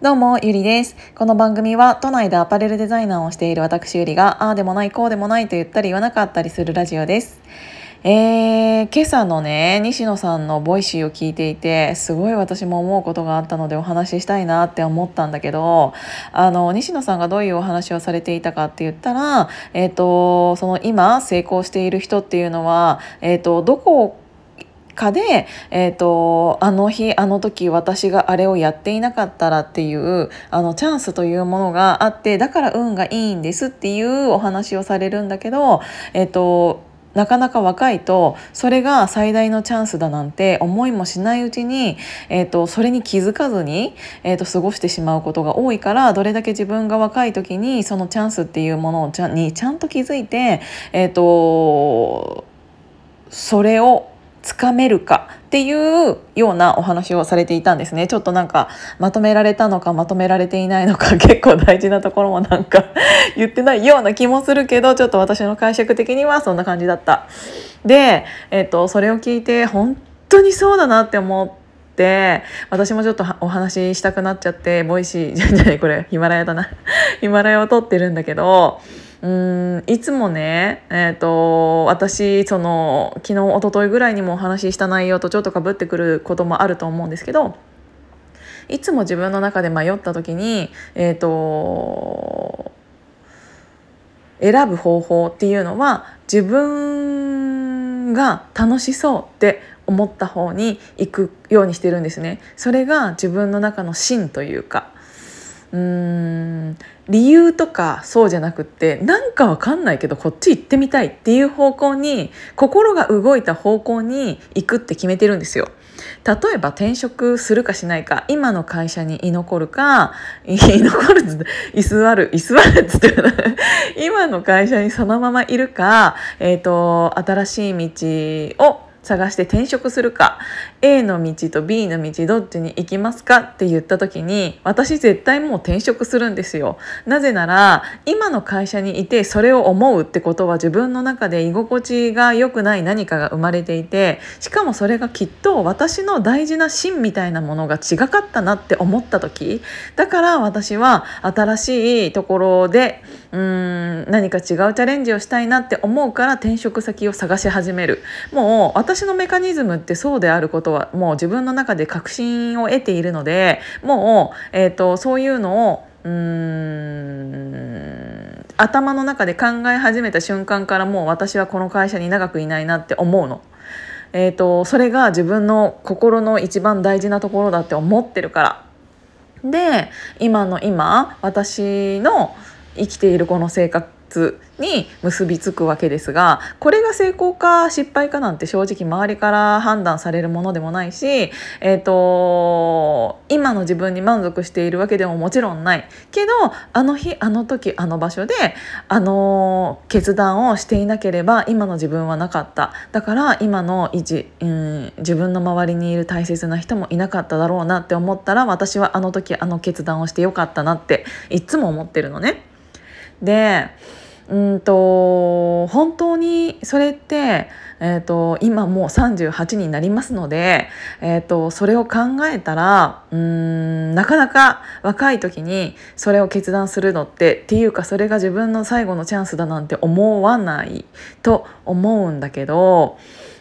どうも、ゆりです。この番組は都内でアパレルデザイナーをしている私ゆりが、ああでもないこうでもないと言ったり言わなかったりするラジオです。今朝のね、西野さんのボイシーを聞いていて、すごい私も思うことがあったのでお話ししたいなって思ったんだけど、西野さんがどういうお話をされていたかって言ったら、その今成功している人っていうのは、どこかで、あの日あの時私があれをやっていなかったらっていうチャンスというものがあって、だから運がいいんですっていうお話をされるんだけど、なかなか若いとそれが最大のチャンスだなんて思いもしないうちに、それに気づかずに、過ごしてしまうことが多いから、どれだけ自分が若い時にそのチャンスっていうものをちゃんと気づいて、それをつかめるかっていうようなお話をされていたんですね。ちょっとなんかまとめられたのかまとめられていないのか結構大事なところもなんか言ってないような気もするけど、ちょっと私の解釈的にはそんな感じだった。で、それを聞いて本当にそうだなって思って私もちょっとお話ししたくなっちゃって、ボイシーじゃないこれヒマラヤだなヒマラヤを撮ってるんだけど、いつもね、私昨日一昨日ぐらいにもお話しした内容とちょっとかぶってくることもあると思うんですけど、いつも自分の中で迷った時に、選ぶ方法っていうのは、自分が楽しそうって思った方に行くようにしてるんですね。それが自分の中の芯というか、理由とかそうじゃなくって、なんかわかんないけどこっち行ってみたいっていう方向に、心が動いた方向に行くって決めてるんですよ。例えば転職するかしないか、今の会社に居残るか居残る居座るっつって今の会社にそのままいるか、新しい道を探して転職するか、 A の道と B の道どっちに行きますかって言った時に、私絶対もう転職するんですよ。なぜなら今の会社にいてそれを思うってことは、自分の中で居心地が良くない何かが生まれていて、しかもそれがきっと私の大事な芯みたいなものが違かったなって思った時だから、私は新しいところで何か違うチャレンジをしたいなって思うから転職先を探し始める。もう私のメカニズムってそうであることはもう自分の中で確信を得ているので、もう、そういうのを頭の中で考え始めた瞬間から、もう私はこの会社に長くいないなって思うの。それが自分の心の一番大事なところだって思ってるからで、今私の生きているこの生活に結びつくわけですが、これが成功か失敗かなんて正直周りから判断されるものでもないし、今の自分に満足しているわけでももちろんないけど、あの日あの時あの場所で決断をしていなければ今の自分はなかった。だから今の自分の周りにいる大切な人もいなかっただろうなって思ったら、私はあの時あの決断をしてよかったなっていつも思ってるのね。で本当にそれって、今もう38になりますので、それを考えたらなかなか若い時にそれを決断するのっていうか、それが自分の最後のチャンスだなんて思わないと思うんだけど、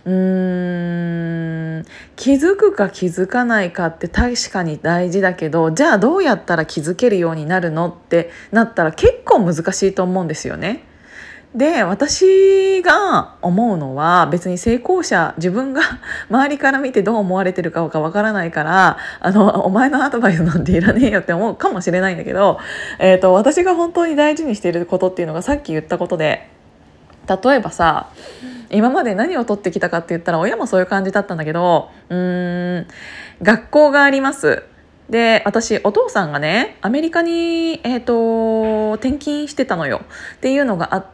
気づくか気づかないかって確かに大事だけど、じゃあどうやったら気づけるようになるのってなったら結構難しいと思うんですよね。で、私が思うのは、別に成功者、自分が周りから見てどう思われてるかがわからないから、お前のアドバイスなんていらねえよって思うかもしれないんだけど、私が本当に大事にしていることっていうのがさっき言ったことで、例えばさ、今まで何を取ってきたかって言ったら、親もそういう感じだったんだけど、学校があります。で、私お父さんがねアメリカに、転勤してたのよっていうのがあって、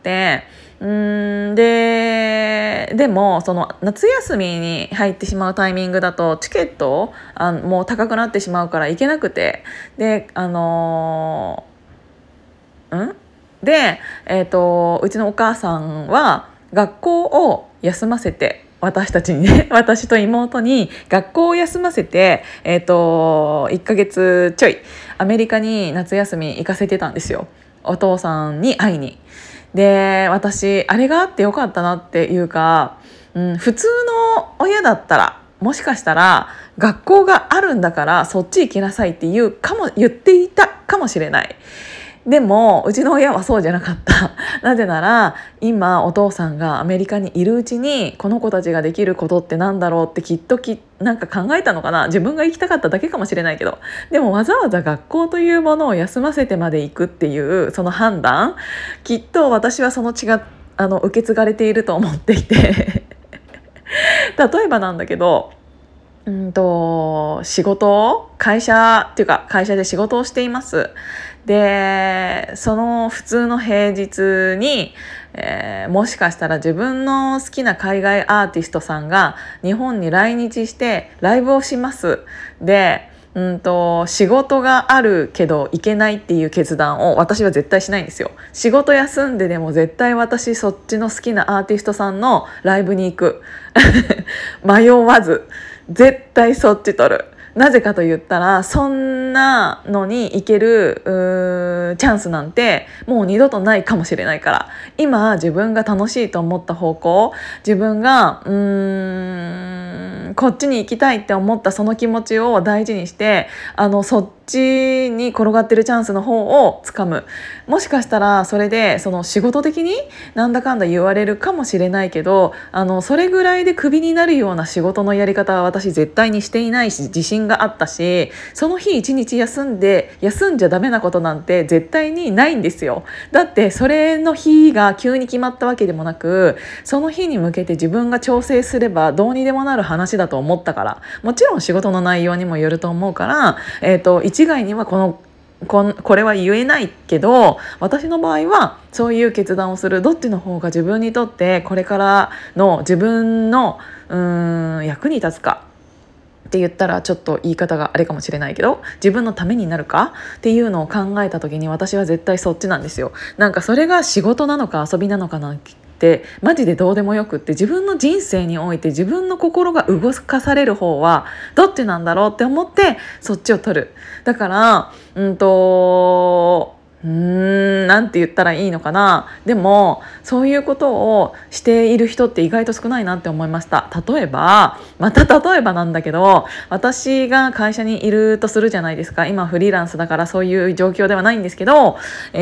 でもその夏休みに入ってしまうタイミングだとチケットもう高くなってしまうから行けなくて、でで、うちのお母さんは学校を休ませて私たちにね私と妹に学校を休ませて、1ヶ月ちょいアメリカに夏休み行かせてたんですよ、お父さんに会いに。で、私あれがあってよかったなっていうか、普通の親だったらもしかしたら学校があるんだからそっち行きなさいって言っていたかもしれない。でもうちの親はそうじゃなかったなぜなら今お父さんがアメリカにいるうちにこの子たちができることってなんだろうってなんか考えたのかな。自分が行きたかっただけかもしれないけど、でもわざわざ学校というものを休ませてまで行くっていうその判断、きっと私はその血が受け継がれていると思っていて例えばなんだけど、会社っていうか会社で仕事をしています。で、その普通の平日に、もしかしたら自分の好きな海外アーティストさんが日本に来日してライブをします。で、仕事があるけど行けないっていう決断を私は絶対しないんですよ。仕事休んででも絶対私そっちの好きなアーティストさんのライブに行く迷わず絶対そっち取る。なぜかと言ったらそんなのに行けるチャンスなんてもう二度とないかもしれないから、今自分が楽しいと思った方向、自分がこっちに行きたいって思ったその気持ちを大事にしてそっちに転がってるチャンスの方をつかむ。もしかしたらそれでその仕事的になんだかんだ言われるかもしれないけどそれぐらいでクビになるような仕事のやり方は私絶対にしていないし、自信があったし、その日一日休んじゃダメなことなんて絶対にないんですよ。だってそれの日が急に決まったわけでもなく、その日に向けて自分が調整すればどうにでもなる話だと思ったから。もちろん仕事の内容にもよると思うから、一概にはこれは言えないけど、私の場合はそういう決断をする、どっちの方が自分にとってこれからの自分の役に立つかって言ったらちょっと言い方があれかもしれないけど、自分のためになるかっていうのを考えた時に私は絶対そっちなんですよ。なんかそれが仕事なのか遊びなのかなんてマジでどうでもよくって、自分の人生において自分の心が動かされる方はどっちなんだろうって思ってそっちを取る。だからなんて言ったらいいのかな。でもそういうことをしている人って意外と少ないなって思いました。例えばなんだけど、私が会社にいるとするじゃないですか。今フリーランスだからそういう状況ではないんですけど、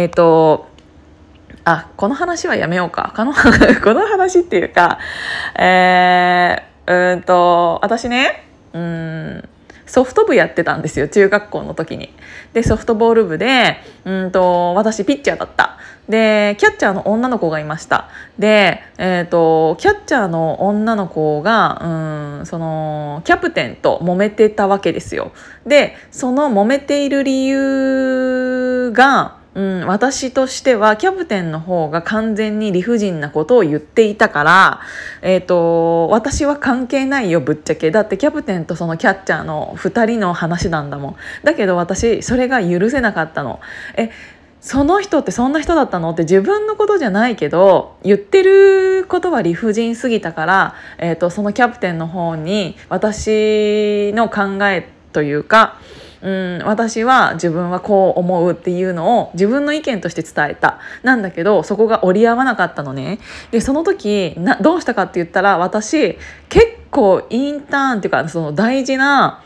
この話はやめようか。この話っていうか、私ね、ソフト部やってたんですよ、中学校の時に。でソフトボール部で私ピッチャーだった。でキャッチャーの女の子がいました。で、キャッチャーの女の子がそのキャプテンと揉めてたわけですよ。でその揉めている理由が私としてはキャプテンの方が完全に理不尽なことを言っていたから、私は関係ないよぶっちゃけ。だってキャプテンとそのキャッチャーの2人の話なんだもん。だけど私それが許せなかったの。その人ってそんな人だったのって、自分のことじゃないけど言ってることは理不尽すぎたから、そのキャプテンの方に私の考えというか、私は自分はこう思うっていうのを自分の意見として伝えた。なんだけどそこが折り合わなかったのね。でその時どうしたかって言ったら、私結構インターンっていうかその大事な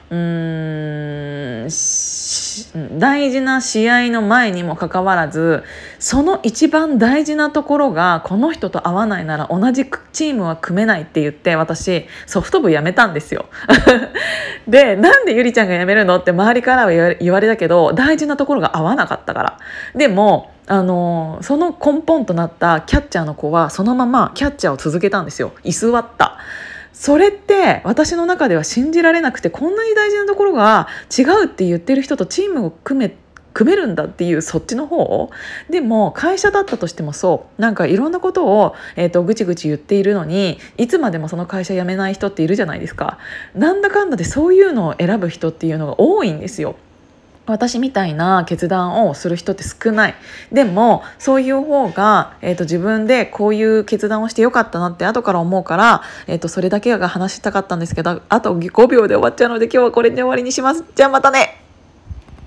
試合の前にもかかわらず、その一番大事なところがこの人と合わないなら同じチームは組めないって言って、私ソフト部辞めたんですよでなんでゆりちゃんが辞めるのって周りからは言われたけど、大事なところが合わなかったから。でもその根本となったキャッチャーの子はそのままキャッチャーを続けたんですよ。居座った。それって私の中では信じられなくて、こんなに大事なところが違うって言ってる人とチームを組めるんだっていう、そっちの方でも会社だったとしてもなんかいろんなことを、ぐちぐち言っているのにいつまでもその会社辞めない人っているじゃないですか。なんだかんだでそういうのを選ぶ人っていうのが多いんですよ。 私みたいな決断をする人って少ない。でもそういう方が、自分でこういう決断をしてよかったなって後から思うから、それだけが話したかったんですけど、あと5秒で終わっちゃうので今日はこれで終わりにします。じゃあまたね。